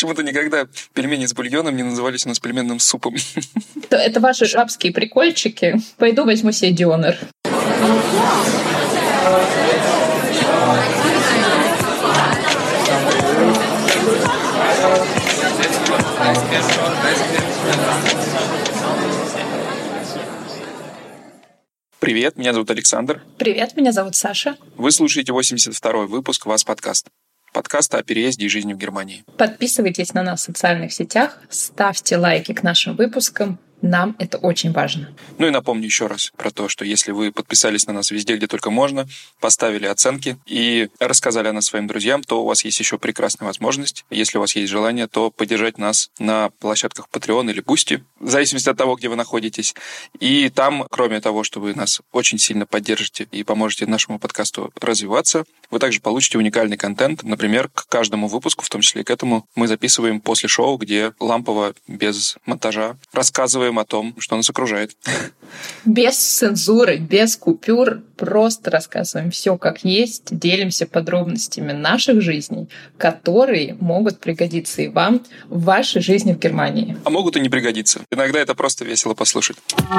Почему-то никогда пельмени с бульоном не назывались у нас пельменным супом. Это ваши жабские прикольчики. Пойду возьму себе дионер. Привет, меня зовут Александр. Привет, меня зовут Саша. Вы слушаете 82-й выпуск «Вас подкаст». Подкаст о переезде и жизни в Германии. Подписывайтесь на нас в социальных сетях, ставьте лайки к нашим выпускам. Нам это очень важно. Ну и напомню еще раз про то, что если вы подписались на нас везде, где только можно, поставили оценки и рассказали о нас своим друзьям, то у вас есть еще прекрасная возможность, если у вас есть желание, то поддержать нас на площадках Patreon или Boosty, в зависимости от того, где вы находитесь. И там, кроме того, что вы нас очень сильно поддержите и поможете нашему подкасту развиваться, вы также получите уникальный контент. Например, к каждому выпуску, в том числе и к этому, мы записываем после шоу, где лампово, без монтажа, рассказываем о том, что нас окружает. Без цензуры, без купюр, просто рассказываем все как есть, делимся подробностями наших жизней, которые могут пригодиться и вам в вашей жизни в Германии. А могут и не пригодиться. Иногда это просто весело послушать.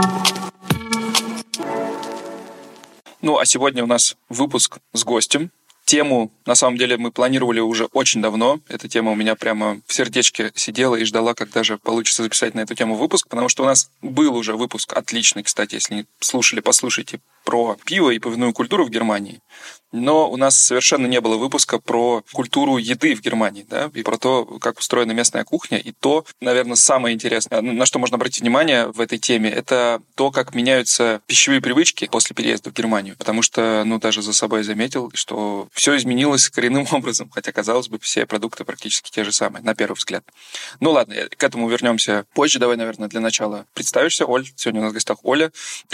Ну, а сегодня у нас выпуск с гостем. Тему, на самом деле, мы планировали уже очень давно. Эта тема у меня прямо в сердечке сидела и ждала, когда же получится записать на эту тему выпуск, потому что у нас был уже выпуск отличный, кстати, если не слушали, послушайте, про пиво и пивную культуру в Германии. Но у нас совершенно не было выпуска про культуру еды в Германии, да, и про то, как устроена местная кухня. И то, наверное, самое интересное, на что можно обратить внимание в этой теме, это то, как меняются пищевые привычки после переезда в Германию. Потому что, даже за собой заметил, что все изменилось коренным образом, хотя, казалось бы, все продукты практически те же самые, на первый взгляд. Ну ладно, к этому вернемся позже. Давай, наверное, для начала представишься. Оль, сегодня у нас в гостях Оля.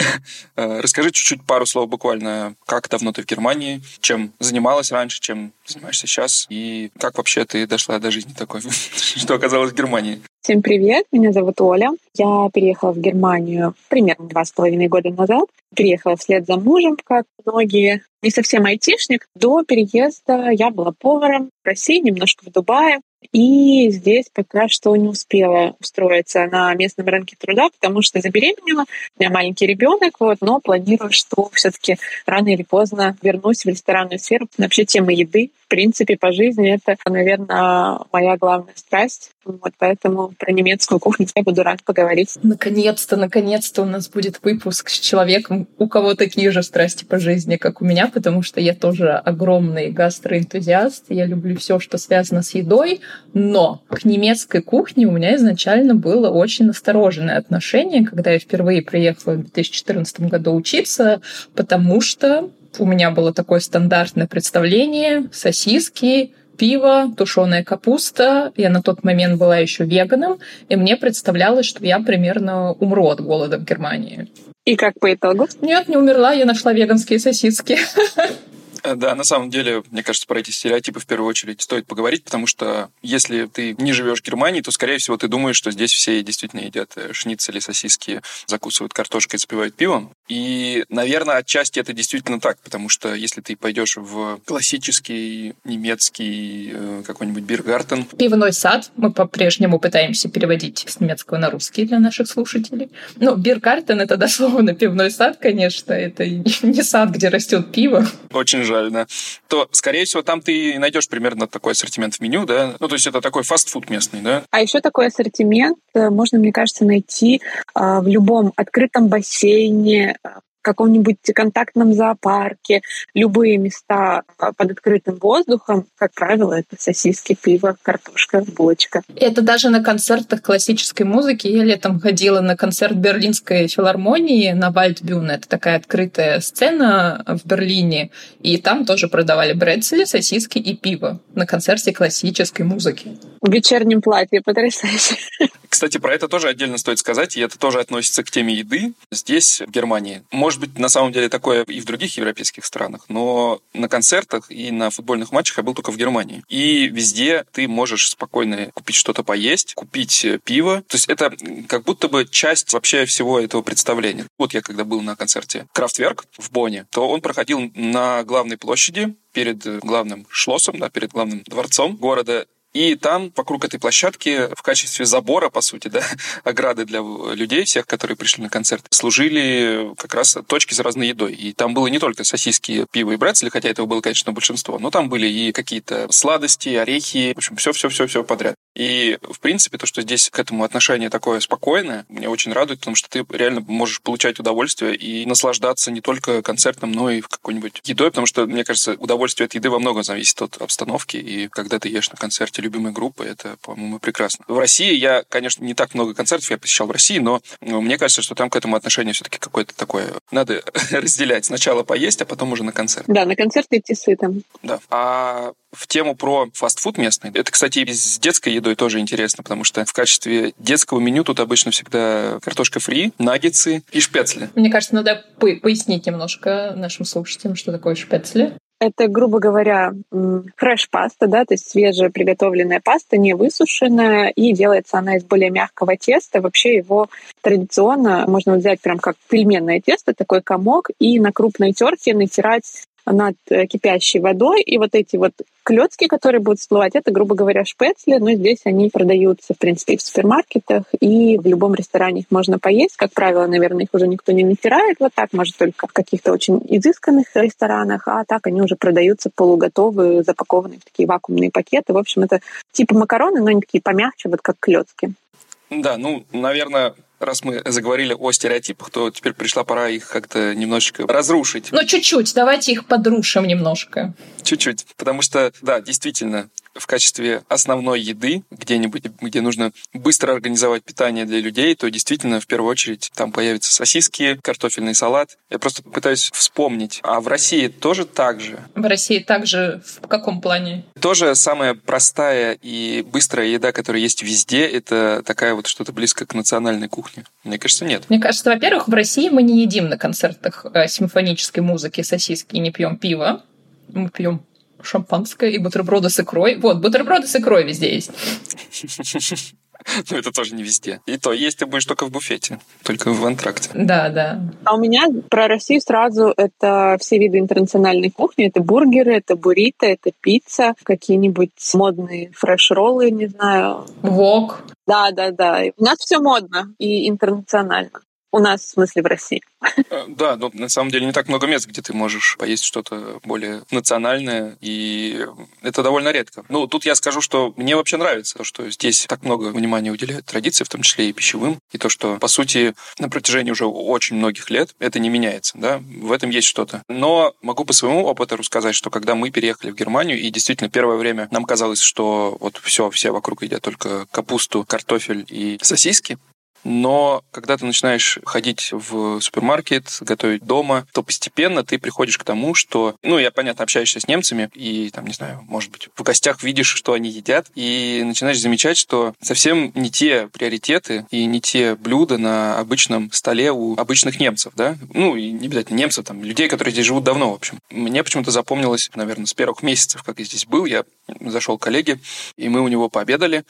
Расскажи чуть-чуть, пару слов буквально, как давно ты в Германии, чем занималась раньше, чем занимаешься сейчас, и как вообще ты дошла до жизни такой, что оказалась в Германии? Всем привет, меня зовут Оля. Я переехала в Германию примерно 2,5 года назад. Переехала вслед за мужем, как многие. Не совсем айтишник. До переезда я была поваром в России, немножко в Дубае. И здесь пока что не успела устроиться на местном рынке труда, потому что забеременела. У меня маленький ребенок, но планирую, что все-таки рано или поздно вернусь в ресторанную сферу. Вообще тема еды, в принципе, по жизни это, наверное, моя главная страсть. Поэтому про немецкую кухню я буду рад поговорить. Наконец-то у нас будет выпуск с человеком, у кого такие же страсти по жизни, как у меня, потому что я тоже огромный гастроэнтузиаст. Я люблю все, что связано с едой, но к немецкой кухне у меня изначально было очень настороженное отношение, когда я впервые приехала в 2014 году учиться, потому что у меня было такое стандартное представление: сосиски, пиво, тушеная капуста. Я на тот момент была еще веганом, и мне представлялось, что я примерно умру от голода в Германии. И как по итогу? Нет, не умерла, я нашла веганские сосиски. Да, на самом деле, мне кажется, про эти стереотипы в первую очередь стоит поговорить, потому что если ты не живешь в Германии, то, скорее всего, ты думаешь, что здесь все действительно едят шницели, сосиски, закусывают картошкой, запивают пивом. И, наверное, отчасти это действительно так, потому что если ты пойдешь в классический немецкий какой-нибудь биргартен... Пивной сад. Мы по-прежнему пытаемся переводить с немецкого на русский для наших слушателей. Биргартен — это дословно пивной сад, конечно. Это не сад, где растет пиво. Очень жаль, да. То, скорее всего, там ты найдешь примерно такой ассортимент в меню, да? То есть это такой фастфуд местный, да? А еще такой ассортимент можно, мне кажется, найти в любом открытом бассейне, каком-нибудь контактном зоопарке, любые места под открытым воздухом, как правило, это сосиски, пиво, картошка, булочка. Это даже на концертах классической музыки. Я летом ходила на концерт Берлинской филармонии на Вальдбюhne. Это такая открытая сцена в Берлине. И там тоже продавали брецели, сосиски и пиво на концерте классической музыки. В вечернем платье, потрясающе. Кстати, про это тоже отдельно стоит сказать, и это тоже относится к теме еды. Здесь, в Германии, может быть, на самом деле такое и в других европейских странах, но на концертах и на футбольных матчах я был только в Германии. И везде ты можешь спокойно купить что-то поесть, купить пиво. То есть это как будто бы часть вообще всего этого представления. Вот я когда был на концерте Kraftwerk в Бонне, то он проходил на главной площади перед главным шлоссом, перед главным дворцом города. И там, вокруг этой площадки, в качестве забора, по сути, да, ограды для людей, всех, которые пришли на концерт, служили как раз точки с разной едой. И там было не только сосиски, пиво и брецели, хотя этого было, конечно, большинство, но там были и какие-то сладости, орехи, в общем, все подряд. И, в принципе, то, что здесь к этому отношение такое спокойное, меня очень радует, потому что ты реально можешь получать удовольствие и наслаждаться не только концертом, но и в какой-нибудь едой, потому что, мне кажется, удовольствие от еды во многом зависит от обстановки, и когда ты ешь на концерте любимой группы, это, по-моему, прекрасно. В России я, конечно, не так много концертов я посещал в России, но мне кажется, что там к этому отношение все-таки какое-то такое. Надо разделять. Сначала поесть, а потом уже на концерт. Да, на концерт идти сытым. Да. А в тему про фастфуд местный, это, кстати, и с детской едой тоже интересно, потому что в качестве детского меню тут обычно всегда картошка фри, наггетсы и шпецли. Мне кажется, надо пояснить немножко нашим слушателям, что такое шпецли. Это, грубо говоря, фреш-паста, да, то есть свежая приготовленная паста, не высушенная, и делается она из более мягкого теста. Вообще его традиционно можно взять прям как пельменное тесто, такой комок, и на крупной терке натирать над кипящей водой, и вот эти вот клёцки, которые будут всплывать, это, грубо говоря, шпецли, но здесь они продаются, в принципе, и в супермаркетах, и в любом ресторане их можно поесть. Как правило, наверное, их уже никто не натирает вот так, может, только в каких-то очень изысканных ресторанах, а так они уже продаются полуготовые, запакованные в такие вакуумные пакеты. В общем, это типа макароны, но они такие помягче, вот как клёцки. Да, наверное, раз мы заговорили о стереотипах, то теперь пришла пора их как-то немножечко разрушить. Ну, чуть-чуть. Давайте их подрушим немножко. Чуть-чуть. Потому что, да, действительно, в качестве основной еды где-нибудь, где нужно быстро организовать питание для людей, то действительно, в первую очередь, там появятся сосиски, картофельный салат. Я просто пытаюсь вспомнить. А в России тоже так же? В России также в каком плане? Тоже самая простая и быстрая еда, которая есть везде, это такая вот что-то близко к национальной кухне. Мне кажется, нет. Мне кажется, во-первых, в России мы не едим на концертах симфонической музыки сосиски и не пьем пиво. Мы пьем шампанское и бутерброды с икрой. Вот, бутерброды с икрой везде есть. Ну, это тоже не везде. И то есть ты будешь только в буфете, только в антракте. Да. А у меня про Россию сразу это все виды интернациональной кухни. Это бургеры, это буррито, это пицца, какие-нибудь модные фреш-роллы, не знаю. Вок. Да. У нас все модно и интернационально. У нас, в смысле, в России. Да, но на самом деле не так много мест, где ты можешь поесть что-то более национальное, и это довольно редко. Ну, тут я скажу, что мне вообще нравится то, что здесь так много внимания уделяют традиции, в том числе и пищевым, и то, что, по сути, на протяжении уже очень многих лет это не меняется, да, в этом есть что-то. Но могу по своему опыту рассказать, что когда мы переехали в Германию, и действительно первое время нам казалось, что вот все вокруг едят только капусту, картофель и сосиски, но когда ты начинаешь ходить в супермаркет, готовить дома, то постепенно ты приходишь к тому, что, я, понятно, общаешься с немцами и, там, не знаю, может быть, в гостях видишь, что они едят, и начинаешь замечать, что совсем не те приоритеты и не те блюда на обычном столе у обычных немцев, да? И не обязательно немцев, там, людей, которые здесь живут давно, в общем. Мне почему-то запомнилось, наверное, с первых месяцев, как я здесь был, я зашел к коллеге, и мы у него пообедали,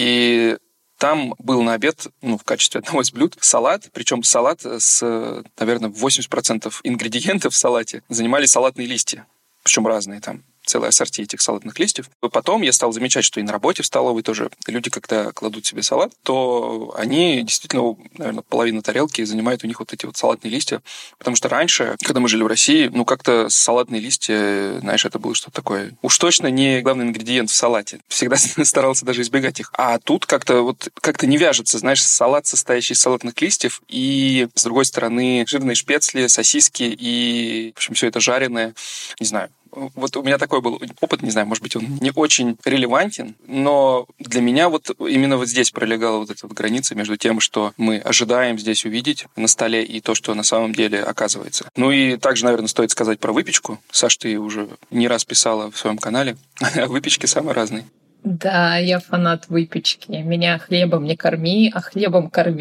и там был на обед, в качестве одного из блюд, салат, причем салат с, наверное, 80% ингредиентов в салате занимали салатные листья, причем разные там. Целая ассорти этих салатных листьев. И потом я стал замечать, что и на работе в столовой тоже люди, когда кладут себе салат, то они действительно, наверное, половина тарелки занимают у них вот эти вот салатные листья. Потому что раньше, когда мы жили в России, как-то салатные листья, знаешь, это было что-то такое. Уж точно не главный ингредиент в салате. Всегда старался даже избегать их. А тут как-то не вяжется, знаешь, салат, состоящий из салатных листьев, и, с другой стороны, жирные шпецли, сосиски и, в общем, все это жареное. Не знаю. Вот у меня такой был опыт, не знаю, может быть, он не очень релевантен, но для меня именно здесь пролегала вот эта вот граница между тем, что мы ожидаем здесь увидеть на столе, и то, что на самом деле оказывается. И также, наверное, стоит сказать про выпечку. Саш, ты уже не раз писала в своем канале о выпечке самой разной. Да, я фанат выпечки. Меня хлебом не корми, а хлебом корми.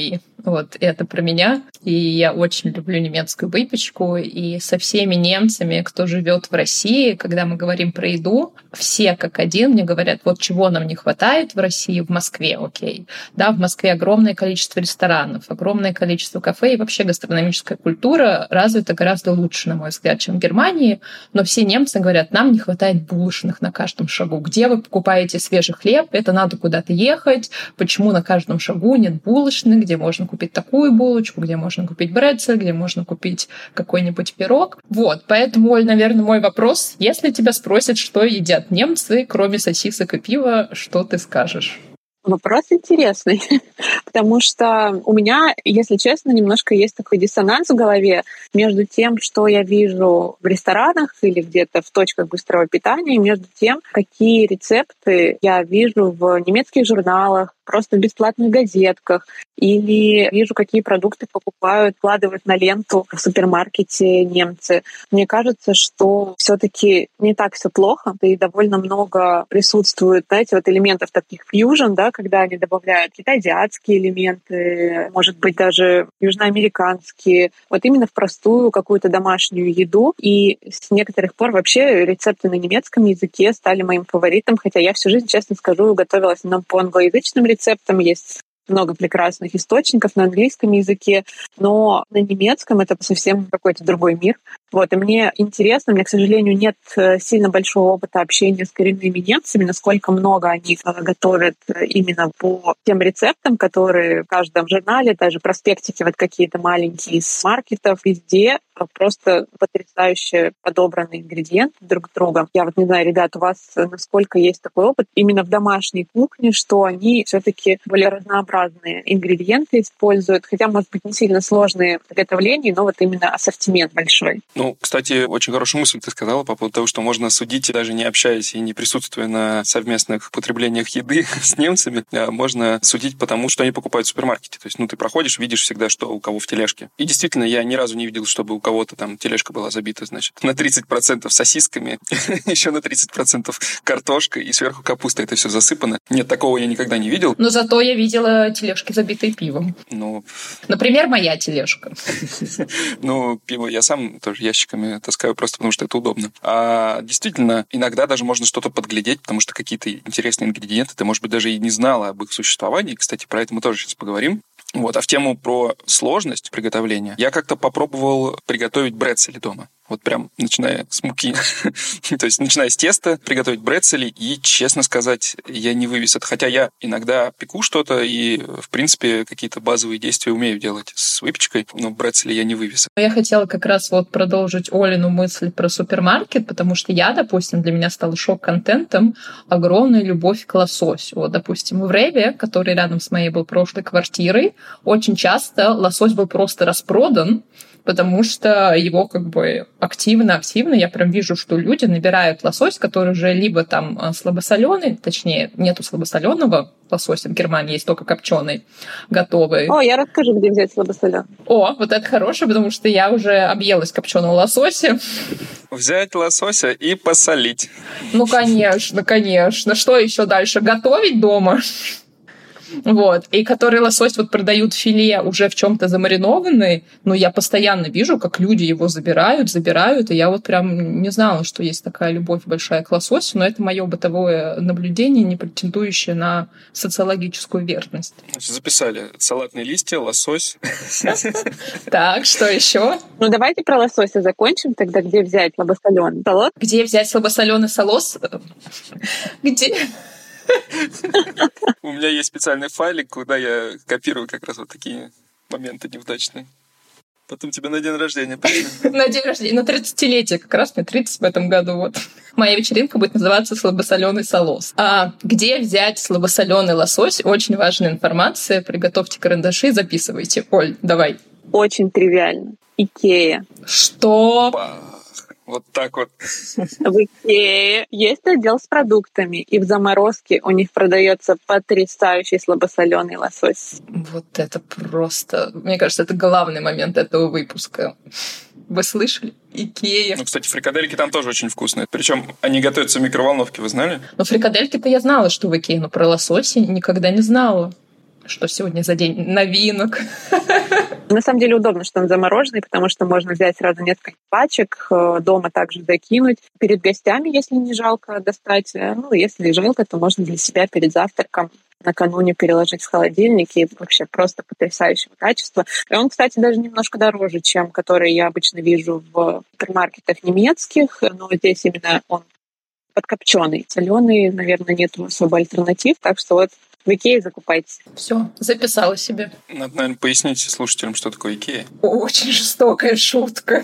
Вот, это про меня. И я очень люблю немецкую выпечку. И со всеми немцами, кто живет в России, когда мы говорим про еду, все как один мне говорят, вот чего нам не хватает в России, в Москве, окей. Да, в Москве огромное количество ресторанов, огромное количество кафе, и вообще гастрономическая культура развита гораздо лучше, на мой взгляд, чем в Германии. Но все немцы говорят, нам не хватает булочных на каждом шагу. Где вы покупаете свежий хлеб? Это надо куда-то ехать. Почему на каждом шагу нет булочных, где можно купить такую булочку, где можно купить брецель, где можно купить какой-нибудь пирог? Вот, поэтому, Оль, наверное, мой вопрос. Если тебя спросят, что едят немцы, кроме сосисок и пива, что ты скажешь? Вопрос интересный, потому что у меня, если честно, немножко есть такой диссонанс в голове между тем, что я вижу в ресторанах или где-то в точках быстрого питания, и между тем, какие рецепты я вижу в немецких журналах, просто в бесплатных газетках, или вижу, какие продукты покупают, вкладывают на ленту в супермаркете немцы. Мне кажется, что все-таки не так все плохо, и довольно много присутствует, знаете, вот элементов таких фьюжн, да, когда они добавляют какие-то азиатские элементы, может быть, даже южноамериканские, вот именно в простую какую-то домашнюю еду. И с некоторых пор вообще рецепты на немецком языке стали моим фаворитом, хотя я всю жизнь, честно скажу, готовила в основном по англоязычным рецептам. Есть много прекрасных источников на английском языке, но на немецком это совсем какой-то другой мир. Вот, и мне интересно, у меня, к сожалению, нет сильно большого опыта общения с коренными немцами, насколько много они готовят именно по тем рецептам, которые в каждом журнале, даже проспектики вот какие-то маленькие из маркетов, везде просто потрясающе подобранные ингредиенты друг к другу. Я вот не знаю, ребят, у вас насколько есть такой опыт именно в домашней кухне, что они все-таки более разнообразные ингредиенты используют, хотя, может быть, не сильно сложные в приготовлении, но вот именно ассортимент большой. Ну, кстати, очень хорошую мысль ты сказала по поводу того, что можно судить, даже не общаясь и не присутствуя на совместных потреблениях еды с немцами, можно судить по тому, что они покупают в супермаркете. То есть, ты проходишь, видишь всегда, что у кого в тележке. И действительно, я ни разу не видел, чтобы у кого-то там тележка была забита, значит, на 30% сосисками, еще на 30% картошкой и сверху капуста. Это все засыпано. Нет, такого я никогда не видел. Но зато я видела тележки, забитые пивом. Например, моя тележка. Пиво я сам тоже ящиками таскаю просто потому, что это удобно. А действительно, иногда даже можно что-то подглядеть, потому что какие-то интересные ингредиенты ты, может быть, даже и не знала об их существовании. Кстати, про это мы тоже сейчас поговорим. Вот, а в тему про сложность приготовления я как-то попробовал приготовить брецели дома. Вот прям начиная с муки, то есть начиная с теста, приготовить брецели, и, честно сказать, я не вывез это. Хотя я иногда пеку что-то и, в принципе, какие-то базовые действия умею делать с выпечкой, но брецели я не вывез. Я хотела как раз продолжить Олину мысль про супермаркет, потому что я, допустим, для меня стала шок-контентом огромная любовь к лососю. Вот, допустим, в Реве, который рядом с моей был прошлой квартирой, очень часто лосось был просто распродан, потому что его активно я прям вижу, что люди набирают лосось, который уже либо там слабосоленый, точнее, нету слабосоленого лосося в Германии, есть только копченый, готовый. О, я расскажу, где взять слабосоленый. О, вот это хорошее, потому что я уже объелась копченого лосося. Взять лосося и посолить. Конечно. Что еще дальше? Готовить дома? Вот. И который лосось продают филе уже в чем-то замаринованный, но я постоянно вижу, как люди его забирают, и я прям не знала, что есть такая любовь большая к лососю, но это мое бытовое наблюдение, не претендующее на социологическую верность. Записали. Салатные листья, лосось. Так, что еще? Давайте про лосося закончим тогда. Где взять слабосоленый салат? Где взять слабосоленый салос? Где? У меня есть специальный файлик, куда я копирую как раз вот такие моменты неудачные. Потом тебе на день рождения пришлю. На день рождения, на 30-летие, как раз мне 30 в этом году. Вот. Моя вечеринка будет называться «Слабосоленый салос». А где взять слабосоленый лосось? Очень важная информация. Приготовьте карандаши, записывайте. Оль, давай. Очень тривиально. Икея. Что? Вот так вот. В Икее есть отдел с продуктами, и в заморозке у них продается потрясающий слабосоленый лосось. Вот это просто... Мне кажется, это главный момент этого выпуска. Вы слышали? Икея. Кстати, фрикадельки там тоже очень вкусные. Причем они готовятся в микроволновке, вы знали? Фрикадельки-то я знала, что в Икее, но про лосось никогда не знала. что сегодня за день новинок. На самом деле удобно, что он замороженный, потому что можно взять сразу несколько пачек, дома также закинуть. Перед гостями, если не жалко достать. Ну, если жалко, то можно для себя перед завтраком накануне переложить в холодильник, и вообще просто потрясающего качества. И он, кстати, даже немножко дороже, чем который я обычно вижу в супермаркетах немецких, но здесь именно он подкопченый. Соленый, наверное, нет особо альтернатив, так что вот в Икее закупайтесь. Все, записала себе. Надо, наверное, пояснить слушателям, что такое Икея. Очень жестокая шутка.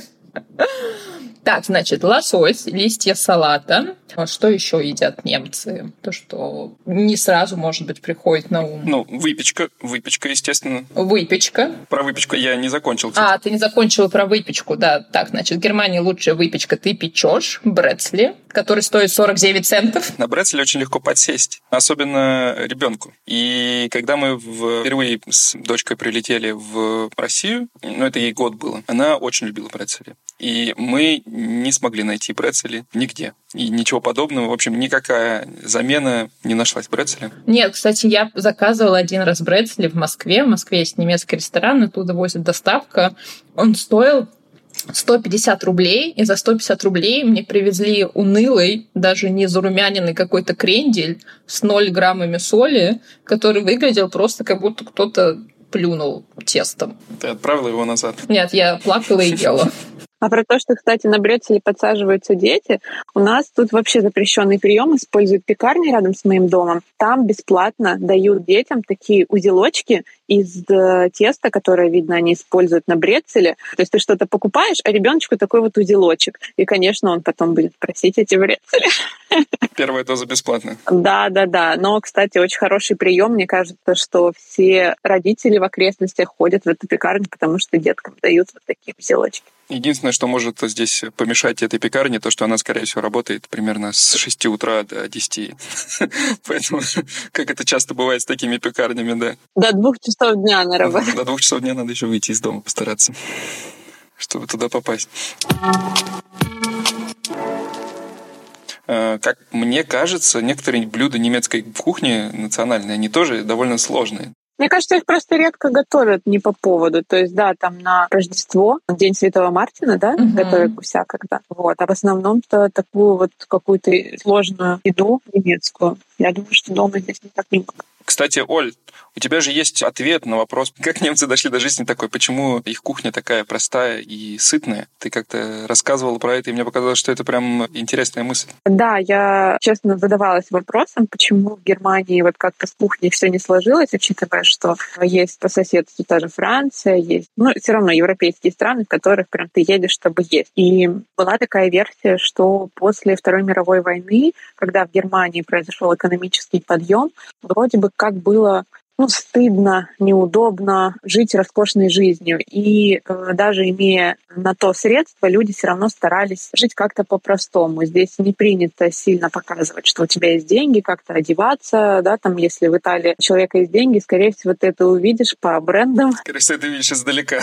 Так, значит, лосось, листья салата. А что еще едят немцы? То, что не сразу, может быть, приходит на ум. Ну, выпечка, естественно. Выпечка. Про выпечку я не закончил. Кстати. А, ты не закончила про выпечку, да. Так, значит, в Германии лучшая выпечка. Ты печешь брецли, который стоит 49 центов. На брецли очень легко подсесть, особенно ребенку. И когда мы впервые с дочкой прилетели в Россию, ну, это ей год было, она очень любила брецли. И мы не смогли найти брецели нигде. И ничего подобного. В общем, никакая замена не нашлась брецеля. Нет, кстати, я заказывала один раз брецели в Москве. В Москве есть немецкий ресторан, оттуда возит доставка. Он стоил 150 рублей, и за 150 рублей мне привезли унылый, даже не зарумяненный какой-то крендель с 0 граммами соли, который выглядел просто как будто кто-то плюнул тестом. Ты отправила его назад? Нет, я плакала и ела. А про то, что, кстати, на брецели подсаживаются дети, у нас тут вообще запрещенный прием. Используют пекарни рядом с моим домом. Там бесплатно дают детям такие узелочки из теста, которое, видно, они используют на брецеле. То есть ты что-то покупаешь, а ребеночку такой вот узелочек. И, конечно, он потом будет просить эти брецели. Первая доза бесплатная. Да. Но, кстати, очень хороший прием. Мне кажется, что все родители в окрестностях ходят в эту пекарню, потому что деткам дают вот такие узелочки. Единственное, что может здесь помешать этой пекарне, то, что она, скорее всего, работает примерно с 6 утра до 10. Поэтому, как это часто бывает с такими пекарнями, да. До 2 часов дня она работает. До 2 часов дня надо еще выйти из дома, постараться, чтобы туда попасть. Как мне кажется, некоторые блюда немецкой кухни национальные, они тоже довольно сложные. Мне кажется, их просто редко готовят не по поводу. То есть, да, там на Рождество, День Святого Мартина, да, готовят гуся когда. Вот. А в основном-то такую вот какую-то сложную еду немецкую. Я думаю, что дома здесь не так много. Кстати, Оль, у тебя же есть ответ на вопрос, как немцы дошли до жизни такой, почему их кухня такая простая и сытная. Ты как-то рассказывала про это, и мне показалось, что это прям интересная мысль. Да, я, честно, задавалась вопросом, почему в Германии вот как-то с кухней все не сложилось, учитывая, что есть по соседству та же Франция, есть, все равно европейские страны, в которых прям ты едешь, чтобы есть. И была такая версия, что после Второй мировой войны, когда в Германии произошел экономический подъем, вроде бы как было стыдно, неудобно жить роскошной жизнью. И даже имея на то средства, люди все равно старались жить как-то по-простому. Здесь не принято сильно показывать, что у тебя есть деньги, как-то одеваться. Да, там, если в Италии у человека есть деньги, скорее всего, ты это увидишь по брендам. Скорее всего, ты видишь издалека.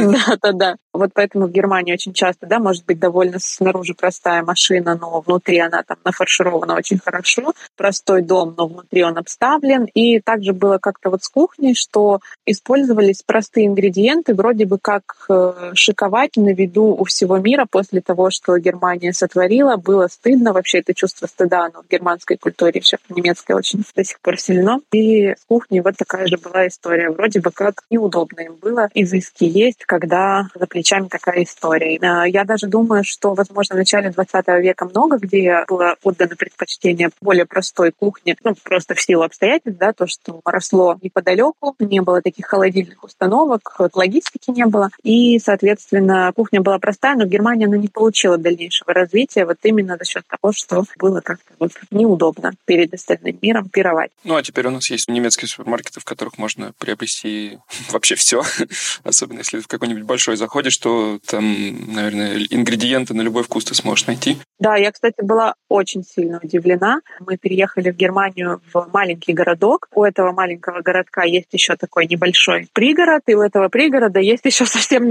Да. Вот поэтому в Германии очень часто, да, может быть довольно снаружи простая машина, но внутри она там нафарширована очень хорошо. Простой дом, но внутри он обставлен. И также было как-то вот с кухней, что использовались простые ингредиенты, вроде бы как шиковать на виду у всего мира после того, что Германия сотворила. Было стыдно, вообще это чувство стыда, оно в германской культуре, еще в немецкой очень до сих пор сильно. И с кухней вот такая же была история. Вроде бы как неудобно им было изыски есть, когда за плечами такая история. Я даже думаю, что, возможно, в начале 20 века много где было отдано предпочтение более простой кухне, просто в силу обстоятельств, да, то, что росло неподалеку, не было таких холодильных установок, логистики не было, и, соответственно, кухня была простая, но в Германии она не получила дальнейшего развития вот именно за счет того, что было как-то вот неудобно перед остальным миром пировать. А теперь у нас есть немецкие супермаркеты, в которых можно приобрести вообще все, особенно если в какой-нибудь большой заходишь, то там, наверное, ингредиенты на любой вкус ты сможешь найти. Да, я, кстати, была очень сильно удивлена. Мы переехали в Германию в маленький городок. У этого маленького городка есть еще такой небольшой пригород, и у этого пригорода есть еще совсем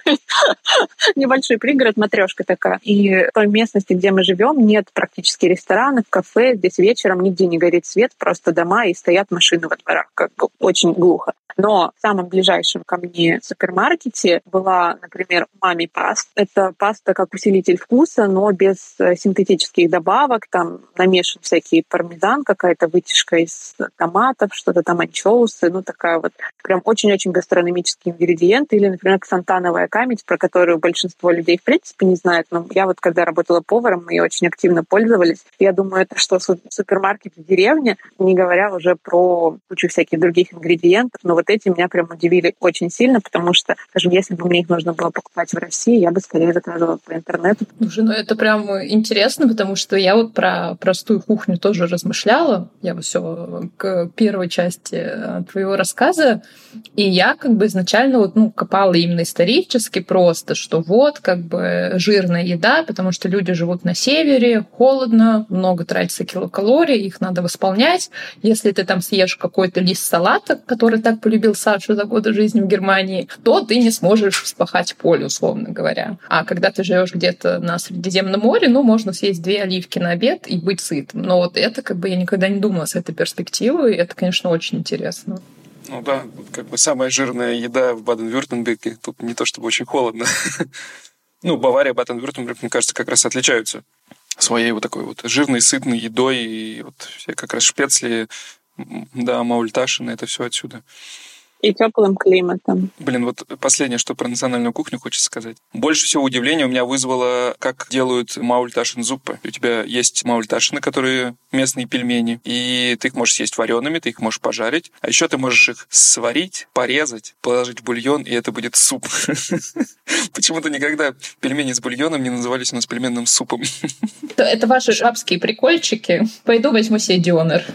небольшой пригород, матрешка такая. И в той местности, где мы живем, нет практически ресторанов, кафе. Здесь вечером нигде не горит свет, просто дома и стоят машины во дворах. Как бы очень глухо. Но в самом ближайшем ко мне супермаркете была, например, Мами Паст. Это паста как усилитель вкуса, но без синтетических добавок. Там намешан всякий пармезан, какая-то вытяжка из томатов, что-то там анчоусы. Ну, такая вот прям очень-очень гастрономический ингредиент. Или, например, ксантановая камедь, про которую большинство людей в принципе не знает. Но я вот когда работала поваром, мы ее очень активно пользовались. Я думаю, это что супермаркет в деревне, не говоря уже про кучу всяких других ингредиентов. Но вот эти меня прям удивили очень сильно, потому что, скажем, если бы мне их нужно было покупать в России, я бы скорее заказывала по интернету. Слушай, ну это прям интересно, потому что я вот про простую кухню тоже размышляла. Я вот все к первой части твоего рассказа, и я как бы изначально вот, копала именно исторически просто, что вот как бы жирная еда, потому что люди живут на севере, холодно, много тратится килокалорий, их надо восполнять. Если ты там съешь какой-то лист салата, который так полюбил Сашу за годы жизни в Германии, то ты не сможешь вспахать поле, условно говоря. А когда ты живешь где-то на Средиземном море, можно съесть 2 оливки на обед и быть сытым. Но вот это как бы я никогда не думала с этой перспективы, и это, конечно, очень интересно. Ну да, как бы самая жирная еда в Баден-Вюртемберге. Тут не то чтобы очень холодно. Бавария, Баден-Вюртемберг, мне кажется, как раз отличаются своей вот такой вот жирной, сытной едой. И вот все как раз шпецли, да, маульташины, это все отсюда. И теплым климатом. Блин, вот последнее, что про национальную кухню хочется сказать. Больше всего удивления у меня вызвало, как делают маульташин-зуппы. У тебя есть маульташины, которые местные пельмени, и ты их можешь съесть вареными, ты их можешь пожарить, а еще ты можешь их сварить, порезать, положить в бульон, и это будет суп. Почему-то никогда пельмени с бульоном не назывались у нас пельменным супом. Это ваши швабские прикольчики. Пойду возьму себе дёнер.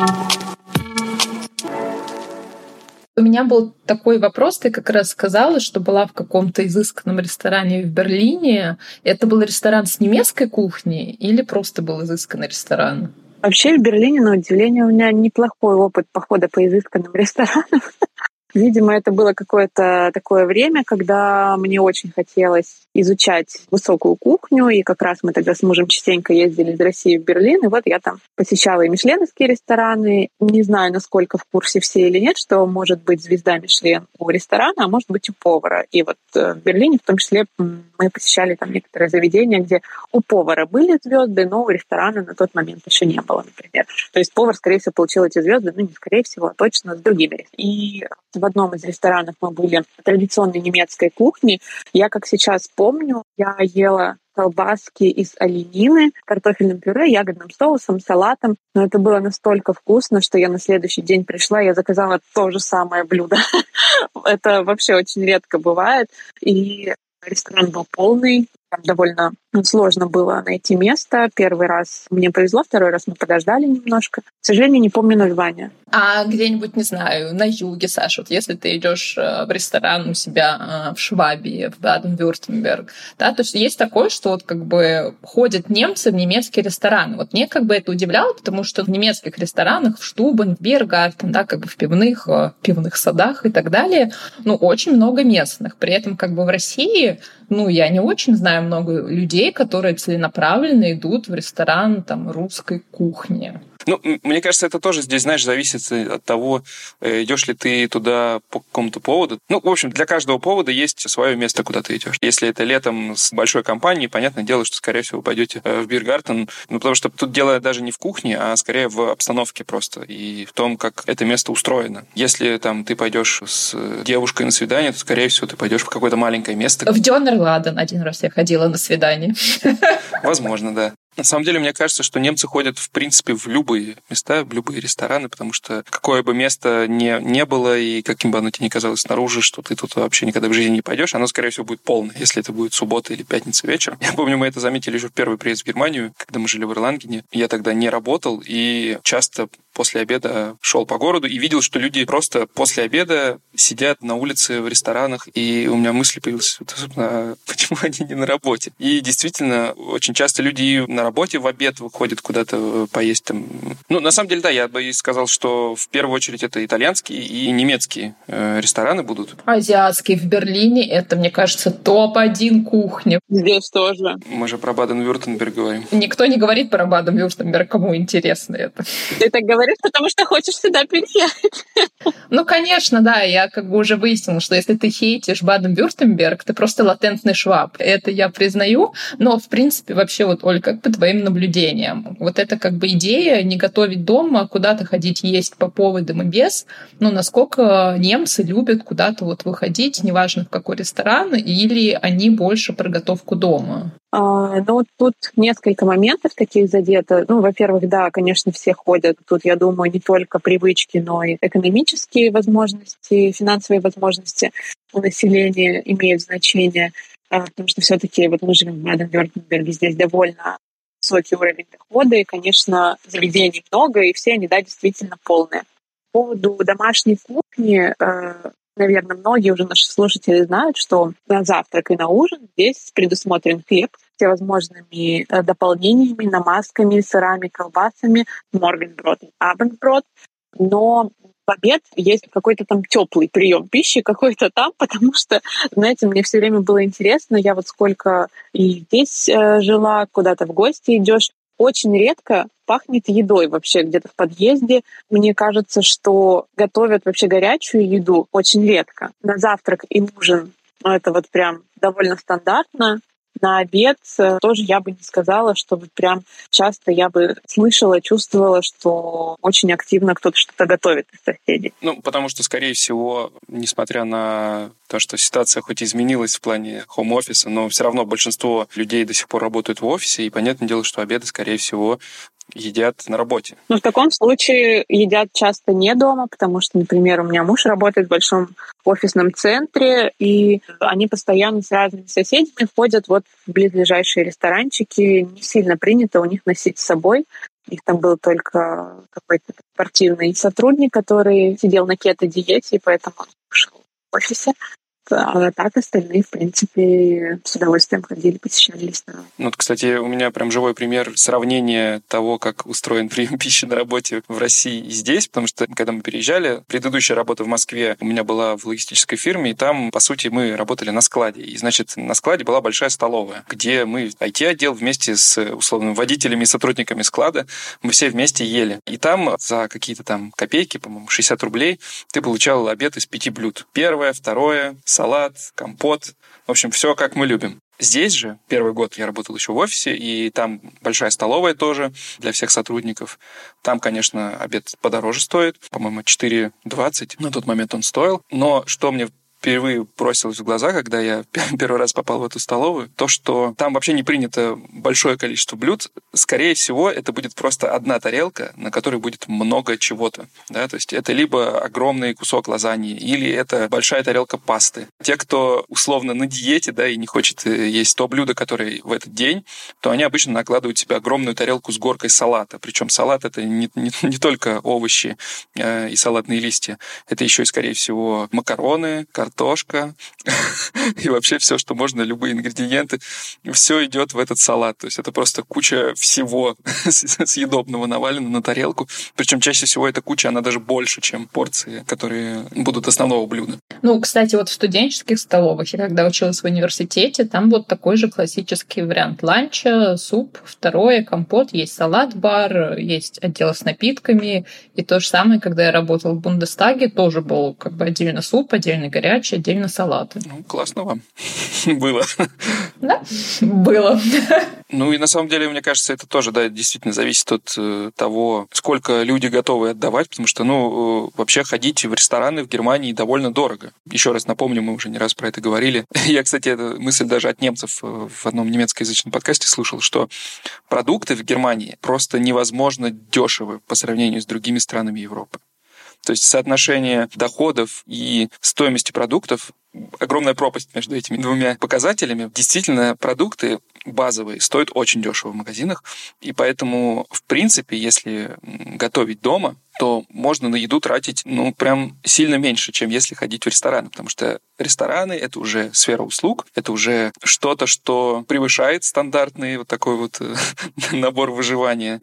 У меня был такой вопрос, ты как раз сказала, что была в каком-то изысканном ресторане в Берлине. Это был ресторан с немецкой кухней или просто был изысканный ресторан? Вообще в Берлине, на удивление, у меня неплохой опыт похода по изысканным ресторанам. Видимо, это было какое-то такое время, когда мне очень хотелось изучать высокую кухню, и как раз мы тогда с мужем частенько ездили из России в Берлин, и вот я там посещала и мишленовские рестораны. Не знаю, насколько в курсе все или нет, что может быть звезда Мишлен у ресторана, а может быть у повара. И вот в Берлине в том числе мы посещали там некоторые заведения, где у повара были звезды, но у ресторана на тот момент еще не было, например. То есть повар, скорее всего, получил эти звезды, не скорее всего, а точно с другими. И в одном из ресторанов мы были традиционной немецкой кухни. Я, как сейчас помню, я ела колбаски из оленины, картофельным пюре, ягодным соусом, салатом. Но это было настолько вкусно, что я на следующий день пришла, я заказала то же самое блюдо. Это вообще очень редко бывает. И ресторан был полный. Там довольно сложно было найти место. Первый раз мне повезло, второй раз мы подождали немножко. К сожалению, не помню название. А где-нибудь, не знаю, на юге, Саша, вот если ты идешь в ресторан у себя в Швабии, в Баден-Вюртемберг, да, то есть такое, что вот как бы ходят немцы в немецкие рестораны. Вот мне как бы это удивляло, потому что в немецких ресторанах, в Штубен, в Биргартен, да, как бы в пивных садах и так далее, очень много местных. При этом как бы в России, я не очень знаю много людей, которые целенаправленно идут в ресторан там русской кухни. Мне кажется, это тоже здесь, зависит от того, идешь ли ты туда по какому-то поводу. В общем, для каждого повода есть свое место, куда ты идешь. Если это летом с большой компанией, понятное дело, что, скорее всего, вы пойдете в Биргартен. Потому что тут дело даже не в кухне, а скорее в обстановке просто и в том, как это место устроено. Если там ты пойдешь с девушкой на свидание, то, скорее всего, ты пойдешь в какое-то маленькое место. В Дёнерладен один раз я ходила на свидание. Возможно, да. На самом деле, мне кажется, что немцы ходят, в принципе, в любые места, в любые рестораны, потому что какое бы место не было, и каким бы оно тебе ни казалось снаружи, что ты тут вообще никогда в жизни не пойдешь, оно, скорее всего, будет полное, если это будет суббота или пятница вечером. Я помню, мы это заметили еще в первый приезд в Германию, когда мы жили в Эрлангене. Я тогда не работал, и часто после обеда шел по городу и видел, что люди просто после обеда сидят на улице в ресторанах, и у меня мысль появилась, почему они не на работе? И действительно, очень часто люди на работе в обед выходят куда-то поесть там. Ну, на самом деле, да, я бы сказал, что в первую очередь это итальянские и немецкие рестораны будут. Азиатский в Берлине — это, мне кажется, топ-1 кухня. Здесь тоже. Мы же про Баден-Вюртемберг говорим. Никто не говорит про Баден-Вюртемберг, кому интересно это. Ты так говоришь, потому что хочешь сюда переехать. Ну, конечно, да, я как бы уже выяснила, что если ты хейтишь Баден-Вюртемберг, ты просто латентный шваб. Это я признаю, но, в принципе, вообще вот, Оль, как по твоим наблюдениям, вот это как бы идея не готовить дома, а куда-то ходить есть по поводам и без, ну, насколько немцы любят куда-то вот выходить, неважно в какой ресторан, или они больше про готовку дома? Ну, тут несколько моментов таких задето. Ну, во-первых, да, конечно, все ходят. Тут, я думаю, не только привычки, но и экономические возможности, финансовые возможности у населения имеют значение, потому что все-таки вот мы живем в Баден-Вюртемберге, здесь довольно высокий уровень дохода, и, конечно, заведений много, и все они, да, действительно полные. По поводу домашней кухни, наверное, многие уже наши слушатели знают, что на завтрак и на ужин здесь предусмотрен хлеб всевозможными дополнениями, намазками, сырами, колбасами, моргенброд и абендброд. Но в обед есть какой-то там теплый прием пищи, какой-то там, потому что, знаете, мне все время было интересно, я вот сколько и здесь жила, куда-то в гости идешь, очень редко пахнет едой вообще где-то в подъезде. Мне кажется, что готовят вообще горячую еду очень редко. На завтрак и ужин это вот прям довольно стандартно. На обед тоже я бы не сказала, что вот прям часто я бы слышала, чувствовала, что очень активно кто-то что-то готовит из соседей. Ну, потому что, скорее всего, несмотря на то, что ситуация хоть изменилась в плане хоум-офиса, но все равно большинство людей до сих пор работают в офисе, и понятное дело, что обеды, скорее всего, едят на работе. Ну, в таком случае едят часто не дома, потому что, например, у меня муж работает в большом офисном центре, и они постоянно с разными соседями ходят вот в близлежащие ресторанчики. Не сильно принято у них носить с собой. У них там был только какой-то спортивный сотрудник, который сидел на кето-диете, и поэтому он ушел в офисе. А так остальные, в принципе, с удовольствием ходили, посещали ресторан. Ну, вот, кстати, у меня прям живой пример сравнения того, как устроен прием пищи на работе в России и здесь, потому что, когда мы переезжали, предыдущая работа в Москве у меня была в логистической фирме, и там, по сути, мы работали на складе. И, значит, на складе была большая столовая, где мы, IT-отдел, вместе с, условно, водителями и сотрудниками склада, мы все вместе ели. И там за какие-то там копейки, по-моему, 60 рублей, ты получал обед из 5 блюд. Первое, второе, салат, компот. В общем, все как мы любим. Здесь же, первый год я работал еще в офисе, и там большая столовая тоже для всех сотрудников. Там, конечно, обед подороже стоит. По-моему, 4,20 на тот момент он стоил. Но что мне впервые бросилось в глаза, когда я первый раз попал в эту столовую, то, что там вообще не принято большое количество блюд. Скорее всего, это будет просто одна тарелка, на которой будет много чего-то. Да? То есть это либо огромный кусок лазаньи, или это большая тарелка пасты. Те, кто условно на диете, да, и не хочет есть то блюдо, которое в этот день, то они обычно накладывают себе огромную тарелку с горкой салата. Причем салат — это не только овощи и салатные листья. Это еще и, скорее всего, макароны, картошка и вообще все, что можно, любые ингредиенты, все идет в этот салат. То есть это просто куча всего съедобного навалено на тарелку. Причем чаще всего эта куча, она даже больше, чем порции, которые будут основного блюда. Ну, кстати, вот в студенческих столовых, я когда училась в университете, там вот такой же классический вариант ланча, суп, второе, компот, есть салат-бар, есть отдел с напитками. И то же самое, когда я работала в Бундестаге, тоже был как бы отдельно суп, отдельно горячий, отдельно салаты. Ну, классно вам было. Да, было. Ну и на самом деле, мне кажется, это тоже, да, действительно зависит от того, сколько люди готовы отдавать, потому что, вообще ходить в рестораны в Германии довольно дорого. Еще раз напомню, мы уже не раз про это говорили. Я, кстати, эту мысль даже от немцев в одном немецкоязычном подкасте слышал, что продукты в Германии просто невозможно дешевы по сравнению с другими странами Европы. То есть соотношение доходов и стоимости продуктов, огромная пропасть между этими двумя показателями. Действительно, продукты базовые стоят очень дешево в магазинах, и поэтому, в принципе, если готовить дома, то можно на еду тратить, прям сильно меньше, чем если ходить в рестораны, потому что рестораны — это уже сфера услуг, это уже что-то, что превышает стандартный вот такой вот набор выживания,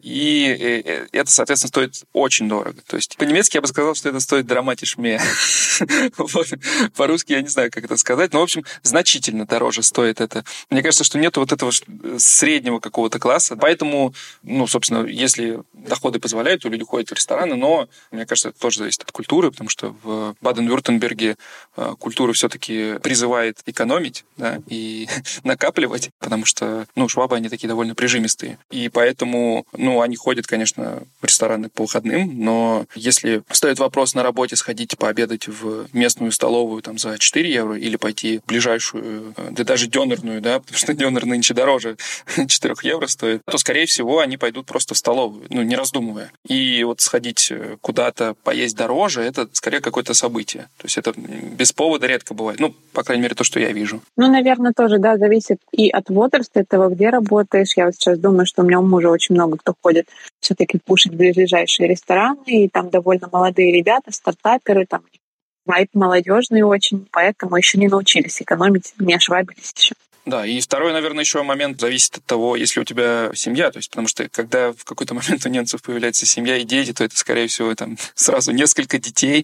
и это, соответственно, стоит очень дорого. То есть по-немецки я бы сказал, что это стоит драматиш mehr. По-русски я не знаю, как это сказать, но, в общем, значительно дороже стоит это. Мне кажется, что нет вот этого среднего какого-то класса, поэтому, собственно, если доходы позволяют, то люди ходят в рестораны, но, мне кажется, это тоже зависит от культуры, потому что в Баден-Вюртемберге культура все-таки призывает экономить, да, и накапливать, потому что, швабы, они такие довольно прижимистые. И поэтому, они ходят, конечно, в рестораны по выходным, но если стоит вопрос на работе сходить пообедать в местную столовую там за 4 евро или пойти в ближайшую, да даже дёнерную, да, потому что дёнер нынче дороже 4 евро стоит, то, скорее всего, они пойдут просто в столовую, не раздумывая. И вот сходить куда-то поесть дороже, это скорее какое-то событие. То есть это без повода редко бывает. По крайней мере, то, что я вижу. Наверное, тоже, да, зависит и от возраста, от того, где работаешь. Я вот сейчас думаю, что у меня у мужа очень много кто ходит все-таки кушать в ближайшие рестораны, и там довольно молодые ребята, стартаперы, там вайб молодежный очень, поэтому еще не научились экономить, не ошвабились еще. Да, и второй, наверное, еще момент зависит от того, если у тебя семья, то есть потому что когда в какой-то момент у немцев появляется семья и дети, то это, скорее всего, там сразу несколько детей,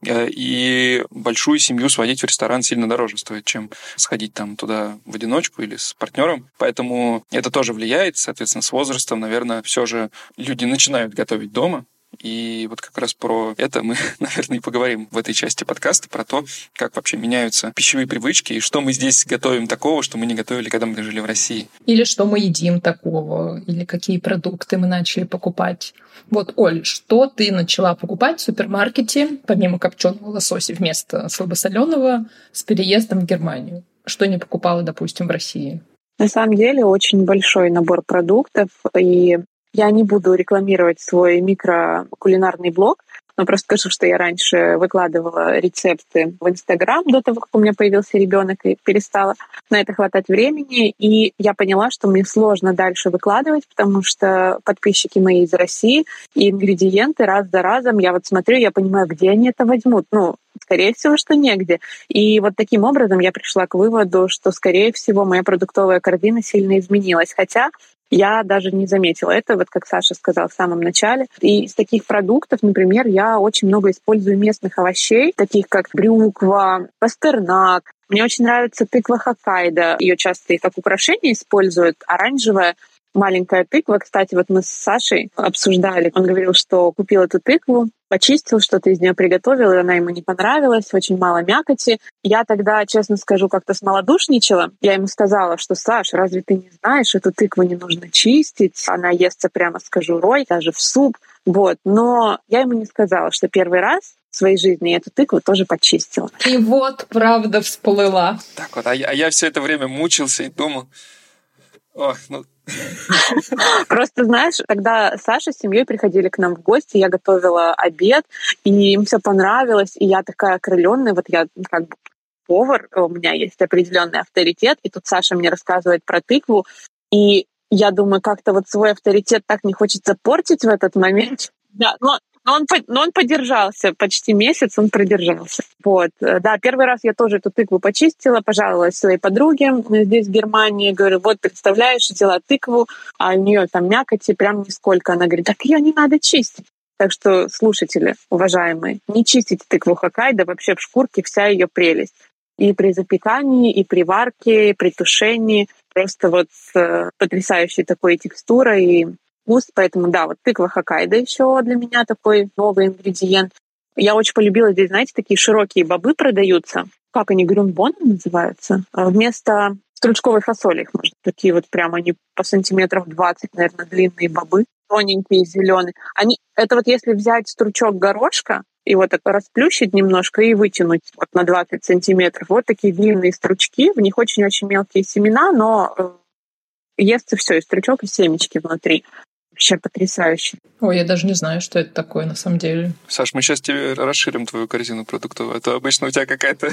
и большую семью сводить в ресторан сильно дороже стоит, чем сходить там туда в одиночку или с партнером. Поэтому это тоже влияет, соответственно, с возрастом, наверное, все же люди начинают готовить дома. И вот как раз про это мы, наверное, и поговорим в этой части подкаста, про то, как вообще меняются пищевые привычки и что мы здесь готовим такого, что мы не готовили, когда мы жили в России. Или что мы едим такого, или какие продукты мы начали покупать. Вот, Оль, что ты начала покупать в супермаркете, помимо копченого лосося вместо слабосоленого, с переездом в Германию? Что не покупала, допустим, в России? На самом деле очень большой набор продуктов, и я не буду рекламировать свой микрокулинарный блог, но просто скажу, что я раньше выкладывала рецепты в Инстаграм до того, как у меня появился ребенок, и перестала на это хватать времени. И я поняла, что мне сложно дальше выкладывать, потому что подписчики мои из России, и ингредиенты раз за разом, я вот смотрю, я понимаю, где они это возьмут. Скорее всего, что негде. И вот таким образом я пришла к выводу, что, скорее всего, моя продуктовая корзина сильно изменилась. Хотя я даже не заметила это, вот как Саша сказал в самом начале. И из таких продуктов, например, я очень много использую местных овощей, таких как брюква, пастернак. Мне очень нравится тыква Хоккайдо. Ее часто и как украшение используют. Оранжевая маленькая тыква. Кстати, вот мы с Сашей обсуждали. Он говорил, что купил эту тыкву, почистил, что-то из нее приготовил, и она ему не понравилась, очень мало мякоти. Я тогда, честно скажу, как-то смолодушничала. Я ему сказала, что, Саш, разве ты не знаешь, эту тыкву не нужно чистить, она естся прямо с кожурой, даже в суп. Вот. Но я ему не сказала, что первый раз в своей жизни я эту тыкву тоже почистила. И вот правда всплыла. Так вот, а я все это время мучился и думал, Просто, знаешь, когда Саша с семьей приходили к нам в гости, я готовила обед, и им все понравилось, и я такая окрыленная, вот я как бы повар, у меня есть определенный авторитет, и тут Саша мне рассказывает про тыкву, и я думаю, как-то вот свой авторитет так не хочется портить в этот момент. Да, но он подержался, почти месяц он продержался. Вот. Да, первый раз я тоже эту тыкву почистила, пожаловалась своей подруге здесь, в Германии. Говорю, вот, представляешь, взяла тыкву, а у нее там мякоти прям нисколько. Она говорит, так ее не надо чистить. Так что, слушатели, уважаемые, не чистите тыкву Хоккайдо, вообще в шкурке вся ее прелесть. И при запекании, и при варке, и при тушении. Просто вот с потрясающей такой текстурой и вкус. Поэтому, да, вот тыква Хоккайдо еще для меня такой новый ингредиент. Я очень полюбила здесь, знаете, такие широкие бобы продаются. Как они, грюнбон называются? Вместо стручковой фасоли их можно. Такие вот прямо они по сантиметров 20, наверное, длинные бобы, тоненькие, зеленые. Это вот если взять стручок горошка, его так расплющить немножко и вытянуть вот на 20 сантиметров. Вот такие длинные стручки, в них очень-очень мелкие семена, но естся все, и стручок, и семечки внутри. Вообще потрясающе. Ой, я даже не знаю, что это такое на самом деле. Саш, мы сейчас тебе расширим твою корзину продуктовую, а то обычно у тебя какая-то...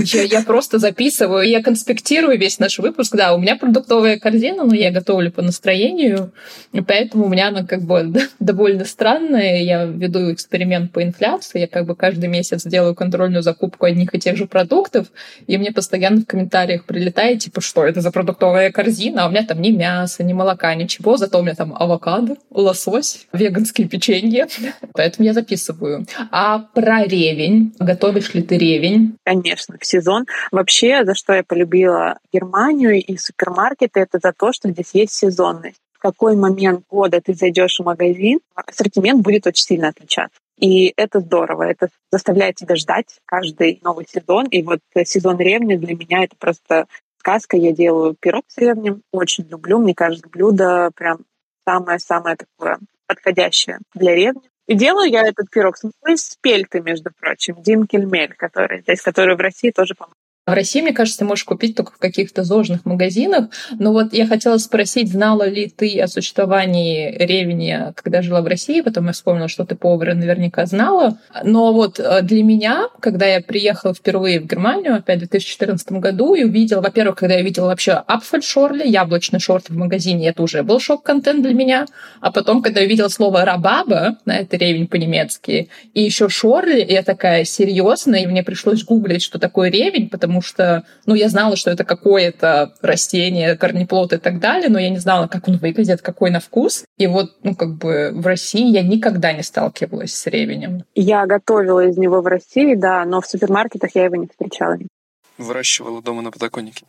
Я просто записываю, я конспектирую весь наш выпуск. Да, у меня продуктовая корзина, но я готовлю по настроению, и поэтому у меня она как бы довольно странная. Я веду эксперимент по инфляции, я как бы каждый месяц делаю контрольную закупку одних и тех же продуктов, и мне постоянно в комментариях прилетает, типа, что это за продуктовая корзина, а у меня там ни мяса, ни молока, ничего, зато у меня там авокадо, лосось, веганские печенье. Поэтому я записываю. А про ревень? Готовишь ли ты ревень? Конечно, в сезон. Вообще, за что я полюбила Германию и супермаркеты, это за то, что здесь есть сезонность. В какой момент года ты зайдешь в магазин, ассортимент будет очень сильно отличаться. И это здорово. Это заставляет тебя ждать каждый новый сезон. И вот сезон ревня для меня это просто сказка. Я делаю пирог с ревнем. Очень люблю. Мне кажется, блюдо прям самое-самое такое подходящее для ревня. И делаю я этот пирог с спельтой, между прочим, динкельмель, который в России тоже помогает. В России, мне кажется, ты можешь купить только в каких-то зожных магазинах. Но вот я хотела спросить, знала ли ты о существовании ревеня, когда жила в России? Потом я вспомнила, что ты повара наверняка знала. Но вот для меня, когда я приехала впервые в Германию, опять в 2014 году, и увидела, во-первых, когда я видела вообще апфельшорли, яблочный шорт в магазине, это уже был шок-контент для меня. А потом, когда я увидела слово рабаба, это ревень по-немецки, и еще шорли, я такая, серьезно, и мне пришлось гуглить, что такое ревень, потому что, я знала, что это какое-то растение, корнеплод и так далее, но я не знала, как он выглядит, какой на вкус. И вот, в России я никогда не сталкивалась с ревенем. Я готовила из него в России, да, но в супермаркетах я его не встречала. Выращивала дома на подоконнике.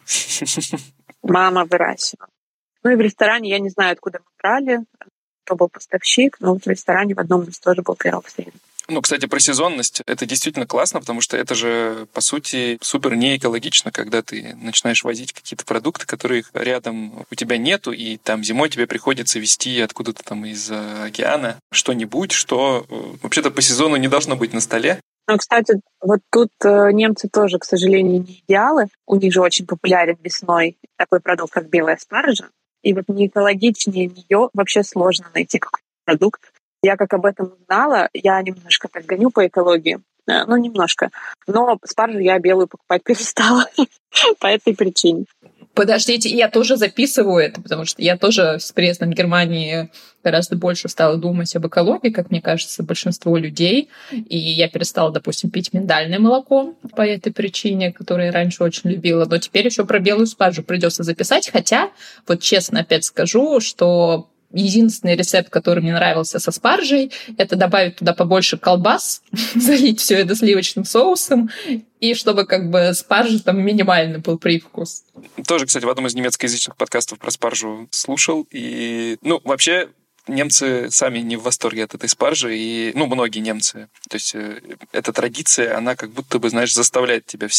Мама выращивала. И в ресторане, я не знаю, откуда мы брали, кто был поставщик, но в ресторане в одном у нас тоже был пирог с ревнем. Кстати, про сезонность. Это действительно классно, потому что это же, по сути, супер неэкологично, когда ты начинаешь возить какие-то продукты, которых рядом у тебя нету, и там зимой тебе приходится везти откуда-то там из океана что-нибудь, что вообще-то по сезону не должно быть на столе. Кстати, вот тут немцы тоже, к сожалению, не идеалы. У них же очень популярен весной такой продукт, как белая спаржа. И вот не экологичнее нее вообще сложно найти какой-то продукт. Я как об этом узнала, я немножко так гоню по экологии, немножко. Но спаржу я белую покупать перестала по этой причине. Подождите, я тоже записываю это, потому что я тоже с приездом в Германии гораздо больше стала думать об экологии, как мне кажется, большинство людей. И я перестала, допустим, пить миндальное молоко по этой причине, которую я раньше очень любила. Но теперь еще про белую спаржу придется записать. Хотя, вот честно опять скажу, что единственный рецепт, который мне нравился со спаржей, это добавить туда побольше колбас, залить все это сливочным соусом, и чтобы спаржи там минимальный был привкус. Тоже, кстати, в одном из немецкоязычных подкастов про спаржу слушал. И, вообще, немцы сами не в восторге от этой спаржи, и, многие немцы. То есть эта традиция, она как будто бы, заставляет тебя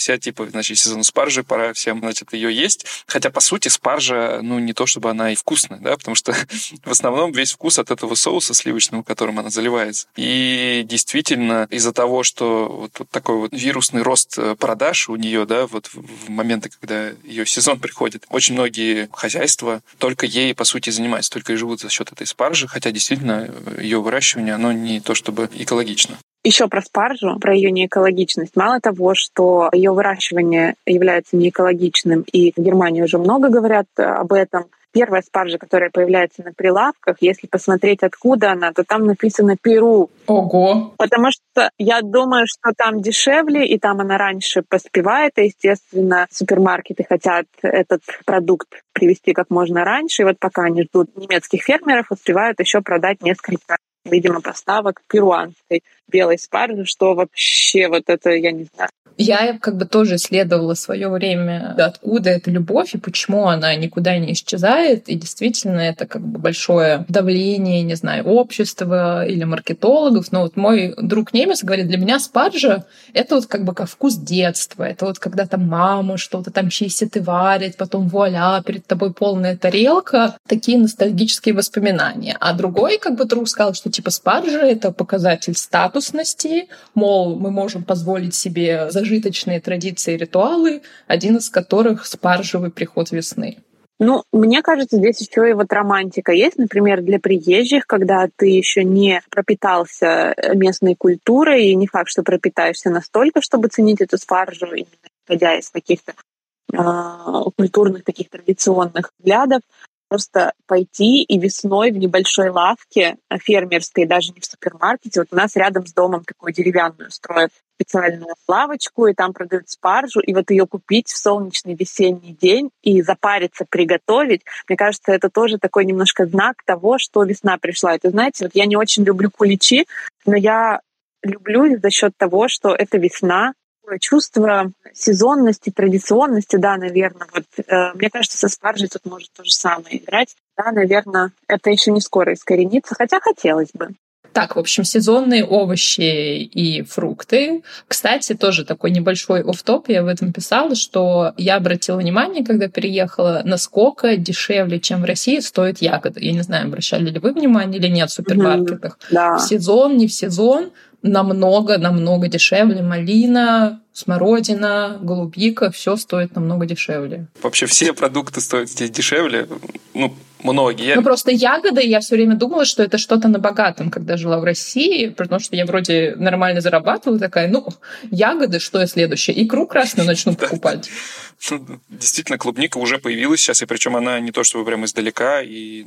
сезон спаржи, пора всем, ее есть. Хотя, по сути, спаржа, не то чтобы она и вкусная, да, потому что в основном весь вкус от этого соуса сливочного, которым она заливается. И действительно, из-за того, что вот такой вот вирусный рост продаж у нее, да, вот в моменты, когда ее сезон приходит, очень многие хозяйства только ей, по сути, занимаются, только и живут за счет этой спаржи, хотя действительно ее выращивание, оно не то чтобы экологично. Еще про спаржу, про ее неэкологичность. Мало того, что ее выращивание является неэкологичным, и в Германии уже много говорят об этом, первая спаржа, которая появляется на прилавках, если посмотреть, откуда она, то там написано «Перу». Ого! Потому что я думаю, что там дешевле, и там она раньше поспевает, и, естественно, супермаркеты хотят этот продукт привезти как можно раньше, и вот пока они ждут немецких фермеров, успевают еще продать несколько, видимо, поставок перуанской белой спаржи, что вообще вот это, я не знаю. Я как бы тоже исследовала в свое время, откуда эта любовь и почему она никуда не исчезает. И действительно, это как бы большое давление, не знаю, общества или маркетологов. Но вот мой друг немец говорит, для меня спаржа — это вот как бы как вкус детства. Это вот когда там мама что-то там чистит и варит, потом вуаля, перед тобой полная тарелка. Такие ностальгические воспоминания. А другой как бы друг сказал, что типа спаржа — это показатель статусности, мол, мы можем позволить себе зажиточные традиции и ритуалы, один из которых — спаржевый приход весны. Ну, мне кажется, здесь еще и вот романтика есть, например, для приезжих, когда ты еще не пропитался местной культурой, и не факт, что пропитаешься настолько, чтобы ценить эту спаржу, именно исходя из каких-то культурных, таких традиционных взглядов. Просто пойти и весной в небольшой лавке фермерской, даже не в супермаркете. Вот у нас рядом с домом такую деревянную строят специальную лавочку, и там продают спаржу, и вот ее купить в солнечный весенний день и запариться, приготовить, мне кажется, это тоже такой немножко знак того, что весна пришла. Это, знаете, вот я не очень люблю куличи, но я люблю их за счет того, что это весна, чувство сезонности, традиционности, да, наверное. Вот, мне кажется, со спаржей тут может то же самое играть. Да, наверное, это еще не скоро искоренится, хотя хотелось бы. Так, в общем, сезонные овощи и фрукты. Кстати, тоже такой небольшой офф-топ, я в этом писала, что я обратила внимание, когда переехала, насколько дешевле, чем в России, стоят ягоды. Я не знаю, обращали ли вы внимание или нет в супермаркетах. Да. В сезон, не в сезон, намного дешевле. Малина, смородина, голубика, все стоит намного дешевле. Вообще все продукты стоят здесь дешевле. Ну, многие. Ну, просто ягоды, я все время думала, что это что-то на богатом, когда жила в России, потому что я вроде нормально зарабатывала, такая, ягоды, что я следующее? Икру красную начну покупать. Действительно, клубника уже появилась сейчас, и причем она не то чтобы прям издалека, и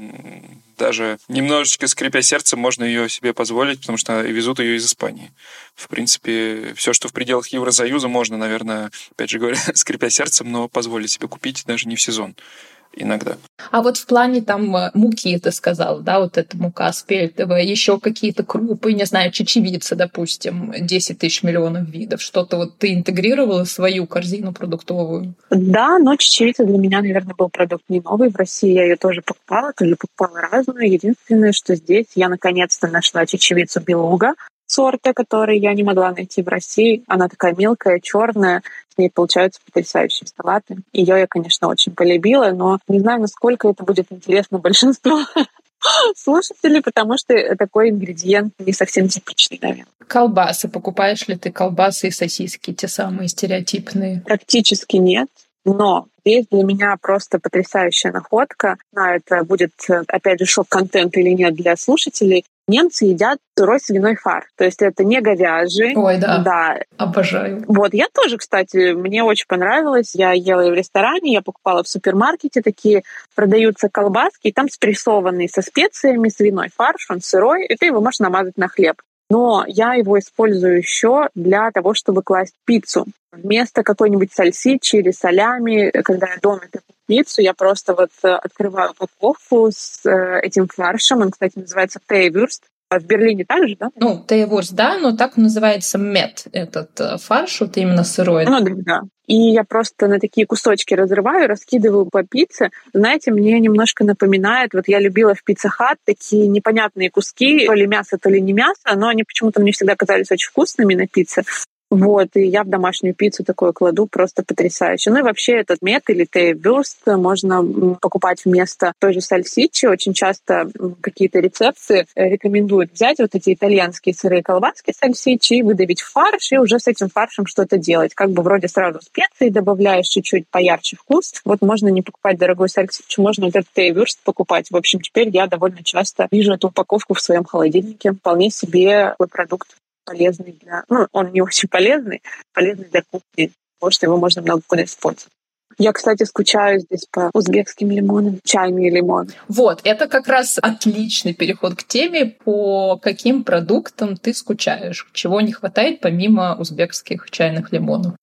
даже немножечко скрипя сердце, можно ее себе позволить, потому что везут ее из Испании. В принципе, все, что в пределах Евросоюза, можно, наверное, опять же говоря, скрипя сердцем, но позволить себе купить даже не в сезон. Иногда. А вот в плане там муки, ты сказал, да, вот эта мука спельтовая, еще какие-то крупы, не знаю, чечевица, допустим, 10 тысяч миллионов видов, что-то вот ты интегрировала в свою корзину продуктовую? Да, но чечевица для меня, наверное, был продукт не новый. В России я ее тоже покупала разную. Единственное, что здесь я наконец-то нашла чечевицу белуга сорта, который я не могла найти в России. Она такая мелкая, черная, с ней получаются потрясающие салаты. Ее я, конечно, очень полюбила, но не знаю, насколько это будет интересно большинству слушателей, потому что такой ингредиент не совсем типичный, наверное. Колбасы. Покупаешь ли ты колбасы и сосиски, те самые стереотипные? Практически нет. Но здесь для меня просто потрясающая находка. Знаю, это будет, опять же, шок-контент или нет для слушателей. Немцы едят сырой свиной фарш. То есть это не говяжий. Ой, да. Да. Обожаю. Вот, я тоже, кстати, мне очень понравилось. Я ела и в ресторане, я покупала в супермаркете. Такие продаются колбаски, и там спрессованный со специями свиной фарш, он сырой, и ты его можешь намазать на хлеб. Но я его использую еще для того, чтобы класть пиццу. Вместо какой-нибудь сальсичи или солями, когда я дома пеку пиццу, я просто вот открываю упаковку с этим фаршем. Он, кстати, называется Teewurst. А в Берлине также, да? Ну, Teewurst, да, но так называется мет, этот фарш, вот именно сырой. Ну, да. И я просто на такие кусочки разрываю, раскидываю по пицце. Знаете, мне немножко напоминает, вот я любила в Pizza Hut такие непонятные куски, то ли мясо, то ли не мясо, но они почему-то мне всегда казались очень вкусными на пицце. Вот, и я в домашнюю пиццу такое кладу, просто потрясающе. Ну и вообще этот мет или Teewurst можно покупать вместо той же сальсичи. Очень часто какие-то рецепты рекомендуют взять вот эти итальянские сырые колбаски сальсичи, выдавить в фарш и уже с этим фаршем что-то делать. Как бы вроде сразу специи добавляешь, чуть-чуть поярче вкус. Вот можно не покупать дорогой сальсичи, можно вот этот Teewurst покупать. В общем, теперь я довольно часто вижу эту упаковку в своем холодильнике. Вполне себе такой продукт. Полезный для... Ну, он не очень полезный для кухни, потому что его можно много куда использовать. Я, кстати, скучаю здесь по узбекским лимонам, чайные лимоны. Вот, это как раз отличный переход к теме, по каким продуктам ты скучаешь, чего не хватает помимо узбекских чайных лимонов.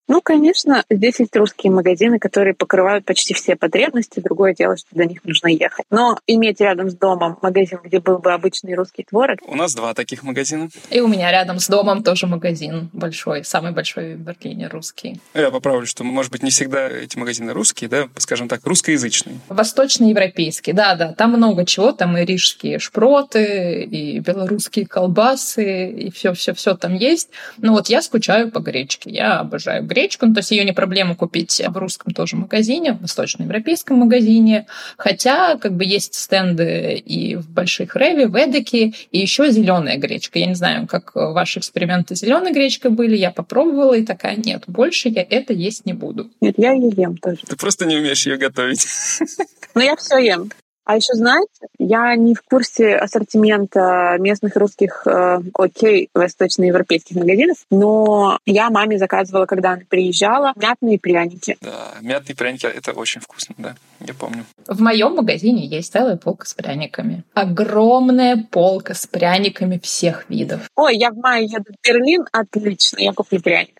Ну, конечно, здесь есть русские магазины, которые покрывают почти все потребности. Другое дело, что до них нужно ехать. Но иметь рядом с домом магазин, где был бы обычный русский творог... У нас 2 таких магазина. И у меня рядом с домом тоже магазин большой, самый большой в Берлине, русский. Я поправлю, что, может быть, не всегда эти магазины русские, да, скажем так, русскоязычные. Восточноевропейский, да. Там много чего. Там и рижские шпроты, и белорусские колбасы, и все там есть. Но вот я скучаю по гречке. Я обожаю гречку. Ну, то есть ее не проблема купить в русском тоже магазине, в восточноевропейском магазине. Хотя как бы есть стенды и в Больших Реве, в Эдеке, и еще зеленая гречка. Я не знаю, как ваши эксперименты с зеленой гречкой были. Я попробовала и такая: нет, больше я это есть не буду. Нет, я ее ем тоже. Ты просто не умеешь ее готовить. Но я все ем. А еще, знаете, я не в курсе ассортимента местных русских, восточноевропейских магазинов, но я маме заказывала, когда она приезжала, мятные пряники. Да, мятные пряники — это очень вкусно, да, я помню. В моем магазине есть целая полка с пряниками. Огромная полка с пряниками всех видов. Ой, я в мае еду в Берлин, отлично, я куплю пряник.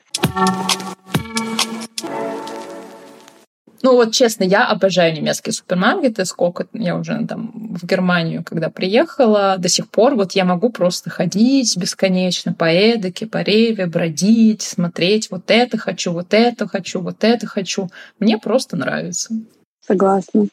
Ну вот честно, я обожаю немецкие супермаркеты. Сколько я уже там в Германию, когда приехала, до сих пор вот я могу просто ходить бесконечно по Эдеке, по Реве, бродить, смотреть: вот это хочу, вот это хочу, вот это хочу. Мне просто нравится. Согласна.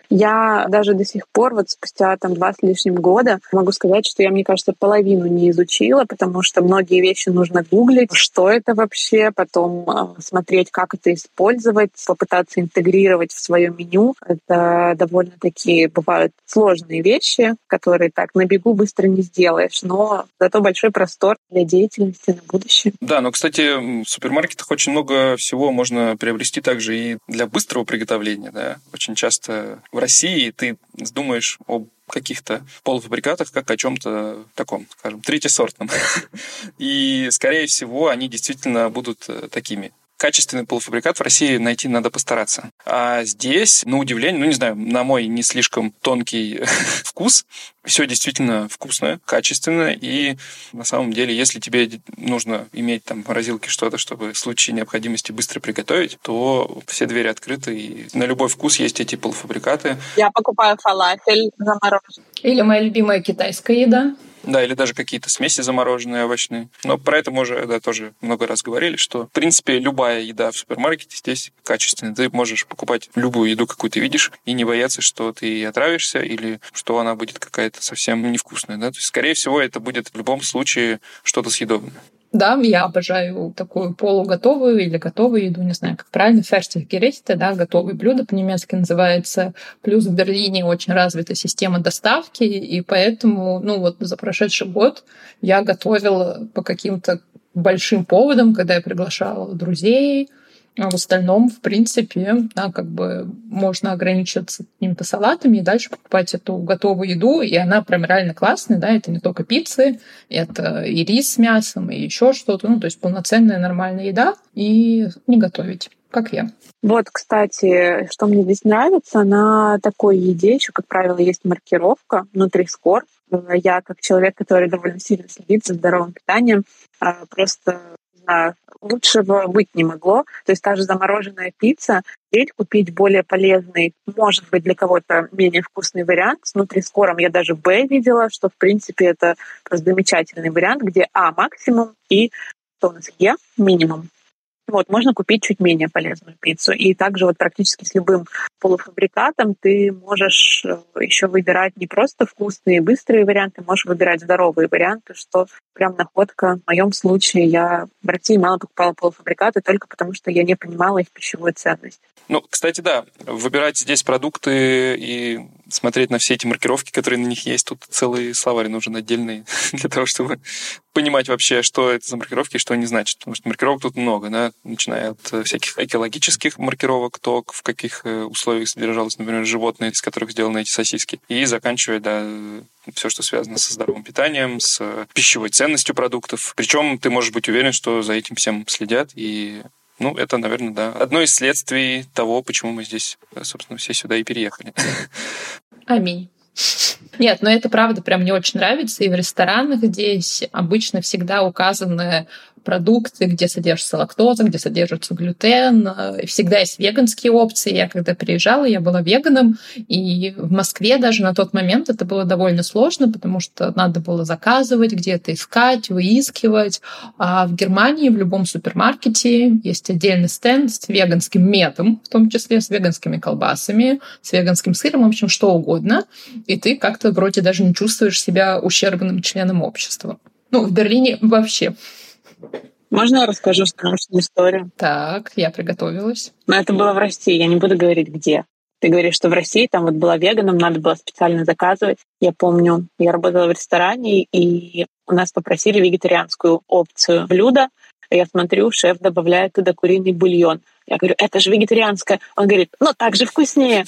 Я даже до сих пор, вот спустя 2 с лишним года, могу сказать, что я, мне кажется, половину не изучила, потому что многие вещи нужно гуглить, что это вообще, потом смотреть, как это использовать, попытаться интегрировать в свое меню. Это довольно-таки бывают сложные вещи, которые так на бегу быстро не сделаешь, но зато большой простор для деятельности на будущее. Да, но, кстати, в супермаркетах очень много всего можно приобрести также и для быстрого приготовления, да. Очень часто в России ты думаешь об каких-то полуфабрикатах как о чем-то таком, скажем, третьесортном. И, скорее всего, они действительно будут такими. Качественный полуфабрикат в России найти надо постараться. А здесь, на удивление, не знаю, на мой не слишком тонкий вкус, все действительно вкусное, качественное. И на самом деле, если тебе нужно иметь там в морозилке что-то, чтобы в случае необходимости быстро приготовить, то все двери открыты, и на любой вкус есть эти полуфабрикаты. Я покупаю фалафель замороженный. Или моя любимая китайская еда. Да, или даже какие-то смеси замороженные, овощные. Но про это мы уже тоже много раз говорили, что, в принципе, любая еда в супермаркете здесь качественная. Ты можешь покупать любую еду, какую ты видишь, и не бояться, что ты отравишься или что она будет какая-то совсем невкусная. Да? То есть, скорее всего, это будет в любом случае что-то съедобное. Да, я обожаю такую полуготовую или готовую еду, не знаю, как правильно, ферстихгересте, да, готовые блюда по-немецки называется. Плюс в Берлине очень развита система доставки, и поэтому, вот за прошедший год я готовила по каким-то большим поводам, когда я приглашала друзей. А в остальном, в принципе, да, как бы можно ограничиваться какими-то салатами и дальше покупать эту готовую еду, и она прям реально классная, да, это не только пиццы, это и рис с мясом, и еще что-то, то есть полноценная нормальная еда, и не готовить, как я. Вот, кстати, что мне здесь нравится, на такой еде еще, как правило, есть маркировка Nutri-Score. Я, как человек, который довольно сильно следит за здоровым питанием, просто лучшего быть не могло. То есть та же замороженная пицца, ведь купить более полезный, может быть, для кого-то менее вкусный вариант. С Nutri-Score я даже Б видела, что, в принципе, это просто замечательный вариант, где А максимум и что у нас Е минимум. Можно купить чуть менее полезную пиццу. И также практически с любым полуфабрикатом ты можешь еще выбирать не просто вкусные и быстрые варианты, можешь выбирать здоровые варианты, что прям находка. В моем случае я в России мало покупала полуфабрикаты только потому, что я не понимала их пищевую ценность. Кстати, да, выбирать здесь продукты и смотреть на все эти маркировки, которые на них есть, тут целый словарь нужен отдельный для того, чтобы понимать вообще, что это за маркировки и что они значат. Потому что маркировок тут много, да, начиная от всяких экологических маркировок, то, в каких условиях содержалось, например, животные, из которых сделаны эти сосиски, и заканчивая, все, что связано со здоровым питанием, с пищевой ценностью продуктов. Причем ты можешь быть уверен, что за этим всем следят, и это, наверное, да, одно из следствий того, почему мы здесь, собственно, все сюда и переехали. Аминь. Нет, но это правда прям мне очень нравится. И в ресторанах здесь обычно всегда указаны продукты, где содержится лактоза, где содержится глютен. Всегда есть веганские опции. Я когда приезжала, я была веганом. И в Москве даже на тот момент это было довольно сложно, потому что надо было заказывать, где-то искать, выискивать. А в Германии в любом супермаркете есть отдельный стенд с веганским медом, в том числе с веганскими колбасами, с веганским сыром, в общем, что угодно. И ты как-то вроде даже не чувствуешь себя ущербным членом общества. Ну, в Берлине вообще. Можно я расскажу страшную историю? Так, я приготовилась. Но это было в России, я не буду говорить, где. Ты говоришь, что в России там вот была веганом, надо было специально заказывать. Я помню, я работала в ресторане, и у нас попросили вегетарианскую опцию блюда. Я смотрю, шеф добавляет туда куриный бульон. Я говорю, это же вегетарианское. Он говорит, ну так же вкуснее.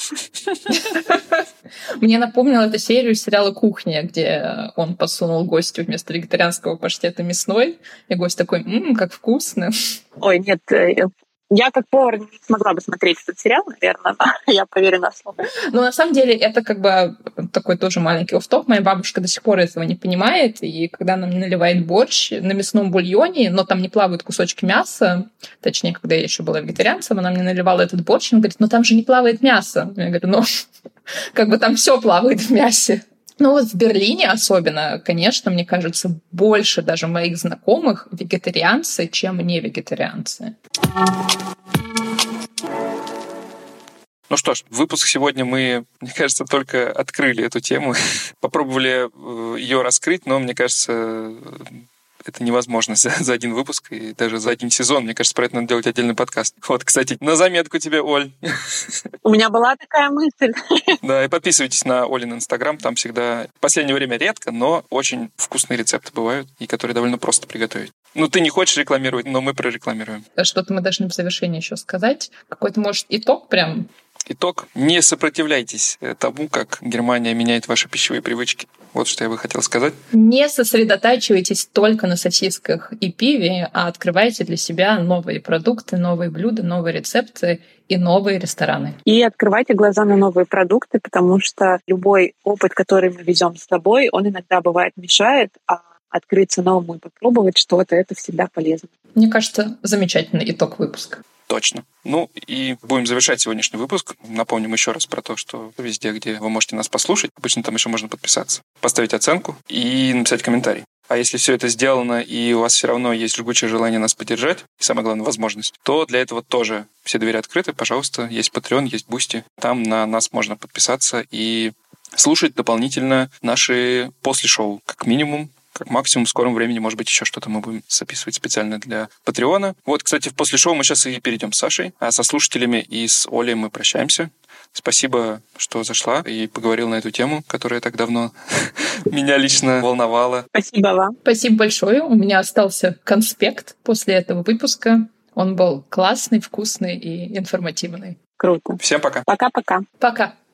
Мне напомнило эту серию сериала «Кухня», где он подсунул гостю вместо вегетарианского паштета мясной, и гость такой, как вкусно. Ой, нет, я как повар не смогла бы смотреть этот сериал, наверное, я поверю на слово. Но на самом деле это как бы такой тоже маленький офф-топ. Моя бабушка до сих пор этого не понимает, и когда она мне наливает борщ на мясном бульоне, но там не плавают кусочки мяса, точнее, когда я еще была вегетарианцем, она мне наливала этот борщ, она говорит, но там же не плавает мясо. Я говорю, ну, как бы там все плавает в мясе. Ну вот в Берлине особенно, конечно, мне кажется, больше даже моих знакомых вегетарианцы, чем не вегетарианцы. Ну что ж, выпуск сегодня мы, мне кажется, только открыли эту тему, попробовали ее раскрыть, но, мне кажется, это невозможно за один выпуск и даже за один сезон. Мне кажется, про это надо делать отдельный подкаст. Вот, кстати, на заметку тебе, Оль. У меня была такая мысль. Да, и подписывайтесь на Олин Инстаграм. Там всегда в последнее время редко, но очень вкусные рецепты бывают, и которые довольно просто приготовить. Ну, ты не хочешь рекламировать, но мы прорекламируем. Что-то мы должны в завершении еще сказать. Какой-то, может, итог прям? Итог. Не сопротивляйтесь тому, как Германия меняет ваши пищевые привычки. Вот что я бы хотел сказать. Не сосредотачивайтесь только на сосисках и пиве, а открывайте для себя новые продукты, новые блюда, новые рецепты и новые рестораны. И открывайте глаза на новые продукты, потому что любой опыт, который мы везем с собой, он иногда бывает мешает, а открыться новому и попробовать что-то, это всегда полезно. Мне кажется, замечательный итог выпуска. Точно. Ну и будем завершать сегодняшний выпуск. Напомним еще раз про то, что везде, где вы можете нас послушать, обычно там еще можно подписаться, поставить оценку и написать комментарий. А если все это сделано, и у вас все равно есть жгучее желание нас поддержать, и самое главное, возможность, то для этого тоже все двери открыты. Пожалуйста, есть Patreon, есть Boosty. Там на нас можно подписаться и слушать дополнительно наши после шоу, как минимум. Как максимум в скором времени, может быть, еще что-то мы будем записывать специально для Патреона. Вот, кстати, после шоу мы сейчас и перейдем с Сашей, а со слушателями и с Олей мы прощаемся. Спасибо, что зашла и поговорил на эту тему, которая так давно меня лично волновала. Спасибо вам. Спасибо большое. У меня остался конспект после этого выпуска. Он был классный, вкусный и информативный. Круто. Всем пока. Пока-пока. Пока.